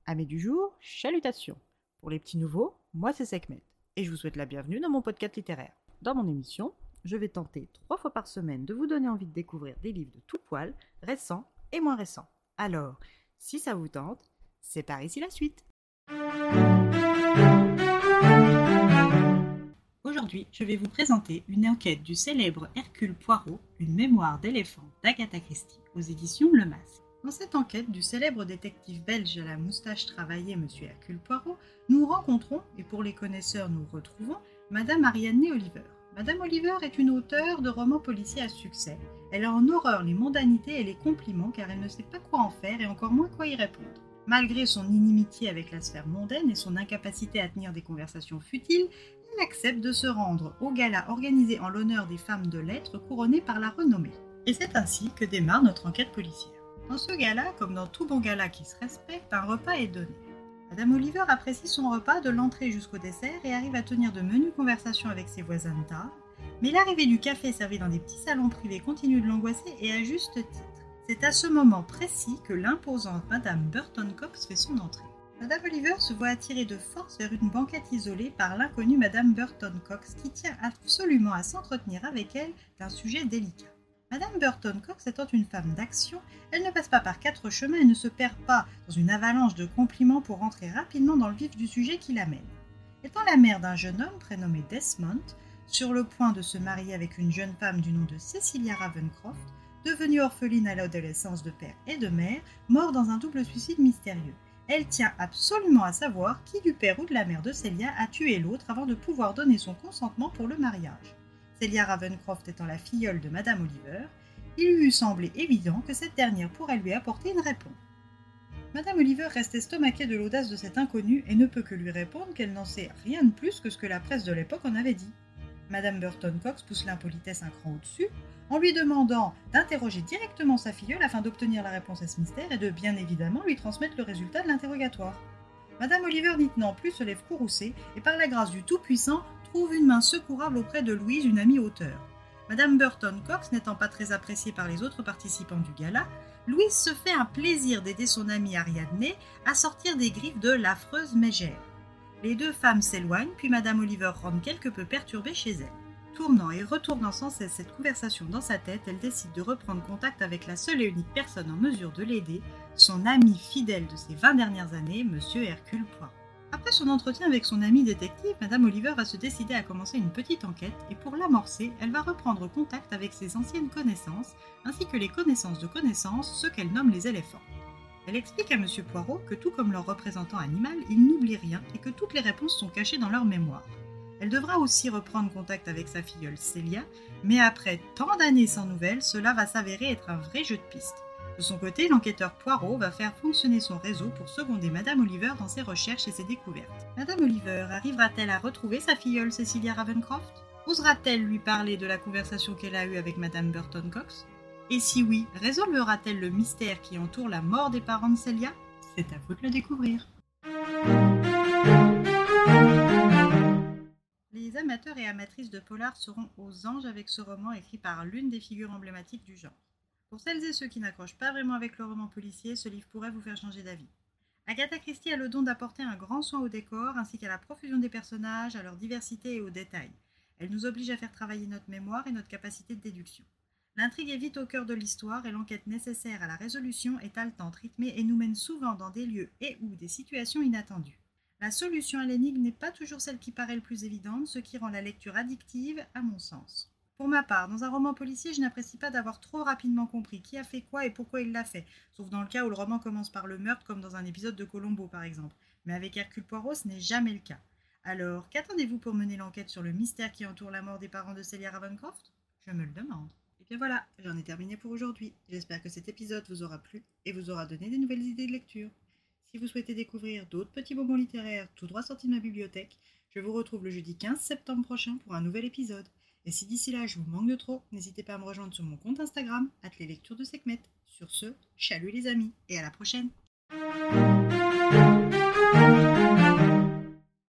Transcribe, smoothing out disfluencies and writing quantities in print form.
Amis du jour, chalutations. Pour les petits nouveaux, moi c'est Sekhmet et je vous souhaite la bienvenue dans mon podcast littéraire. Dans mon émission, je vais tenter 3 fois par semaine de vous donner envie de découvrir des livres de tout poil, récents et moins récents. Alors, si ça vous tente, c'est par ici la suite. Aujourd'hui, je vais vous présenter une enquête du célèbre Hercule Poirot, une mémoire d'éléphant d'Agatha Christie aux éditions Le Masque. Dans cette enquête du célèbre détective belge à la moustache travaillée, M. Hercule Poirot, nous rencontrons, et pour les connaisseurs nous retrouvons, Madame Ariadne Oliver. Madame Oliver est une auteure de romans policiers à succès. Elle a en horreur les mondanités et les compliments car elle ne sait pas quoi en faire et encore moins quoi y répondre. Malgré son inimitié avec la sphère mondaine et son incapacité à tenir des conversations futiles, elle accepte de se rendre au gala organisé en l'honneur des femmes de lettres couronnées par la renommée. Et c'est ainsi que démarre notre enquête policière. Dans ce gala, comme dans tout bon gala qui se respecte, un repas est donné. Madame Oliver apprécie son repas de l'entrée jusqu'au dessert et arrive à tenir de menues conversations avec ses voisins de table, mais l'arrivée du café servi dans des petits salons privés continue de l'angoisser et à juste titre. C'est à ce moment précis que l'imposante Madame Burton Cox fait son entrée. Madame Oliver se voit attirée de force vers une banquette isolée par l'inconnue Madame Burton Cox qui tient absolument à s'entretenir avec elle d'un sujet délicat. Madame Burton Cox étant une femme d'action, elle ne passe pas par 4 chemins et ne se perd pas dans une avalanche de compliments pour rentrer rapidement dans le vif du sujet qui l'amène. Étant la mère d'un jeune homme prénommé Desmond, sur le point de se marier avec une jeune femme du nom de Cecilia Ravencroft, devenue orpheline à l'adolescence de père et de mère, mort dans un double suicide mystérieux. Elle tient absolument à savoir qui du père ou de la mère de Celia a tué l'autre avant de pouvoir donner son consentement pour le mariage. Celia Ravencroft étant la filleule de Madame Oliver, il lui eût semblé évident que cette dernière pourrait lui apporter une réponse. Madame Oliver reste estomaquée de l'audace de cet inconnu et ne peut que lui répondre qu'elle n'en sait rien de plus que ce que la presse de l'époque en avait dit. Madame Burton Cox pousse l'impolitesse un cran au-dessus, en lui demandant d'interroger directement sa filleule afin d'obtenir la réponse à ce mystère et de bien évidemment lui transmettre le résultat de l'interrogatoire. Madame Oliver n'y tenant plus se lève courroucée et par la grâce du Tout-Puissant trouve une main secourable auprès de Louise, une amie auteure. Madame Burton Cox n'étant pas très appréciée par les autres participants du gala, Louise se fait un plaisir d'aider son amie Ariadne à sortir des griffes de l'affreuse mégère. Les deux femmes s'éloignent, puis Madame Oliver rentre quelque peu perturbée chez elle. Tournant et retournant sans cesse cette conversation dans sa tête, elle décide de reprendre contact avec la seule et unique personne en mesure de l'aider, son ami fidèle de ces 20 dernières années, M. Hercule Poirot. Après son entretien avec son ami détective, Madame Oliver va se décider à commencer une petite enquête et pour l'amorcer, elle va reprendre contact avec ses anciennes connaissances, ainsi que les connaissances de connaissances, ceux qu'elle nomme les éléphants. Elle explique à M. Poirot que tout comme leur représentant animal, ils n'oublient rien et que toutes les réponses sont cachées dans leur mémoire. Elle devra aussi reprendre contact avec sa filleule Celia, mais après tant d'années sans nouvelles, cela va s'avérer être un vrai jeu de piste. De son côté, l'enquêteur Poirot va faire fonctionner son réseau pour seconder Madame Oliver dans ses recherches et ses découvertes. Madame Oliver arrivera-t-elle à retrouver sa filleule Cecilia Ravencroft ? Osera-t-elle lui parler de la conversation qu'elle a eue avec Madame Burton Cox ? Et si oui, résolvera-t-elle le mystère qui entoure la mort des parents de Celia ? C'est à vous de le découvrir. Les amateurs et amatrices de polar seront aux anges avec ce roman écrit par l'une des figures emblématiques du genre. Pour celles et ceux qui n'accrochent pas vraiment avec le roman policier, ce livre pourrait vous faire changer d'avis. Agatha Christie a le don d'apporter un grand soin au décor, ainsi qu'à la profusion des personnages, à leur diversité et aux détails. Elle nous oblige à faire travailler notre mémoire et notre capacité de déduction. L'intrigue est vite au cœur de l'histoire et l'enquête nécessaire à la résolution est haletante, rythmée et nous mène souvent dans des lieux et ou des situations inattendues. La solution à l'énigme n'est pas toujours celle qui paraît le plus évidente, ce qui rend la lecture addictive, à mon sens. Pour ma part, dans un roman policier, je n'apprécie pas d'avoir trop rapidement compris qui a fait quoi et pourquoi il l'a fait, sauf dans le cas où le roman commence par le meurtre, comme dans un épisode de Columbo par exemple. Mais avec Hercule Poirot, ce n'est jamais le cas. Alors, qu'attendez-vous pour mener l'enquête sur le mystère qui entoure la mort des parents de Celia Ravencroft ? Je me le demande. Et bien voilà, j'en ai terminé pour aujourd'hui. J'espère que cet épisode vous aura plu et vous aura donné des nouvelles idées de lecture. Si vous souhaitez découvrir d'autres petits bonbons littéraires tout droit sortis de ma bibliothèque, je vous retrouve le jeudi 15 septembre prochain pour un nouvel épisode. Et si d'ici là je vous manque de trop, n'hésitez pas à me rejoindre sur mon compte Instagram, @leslecturesdesekhmet. Sur ce, chalut les amis, et à la prochaine.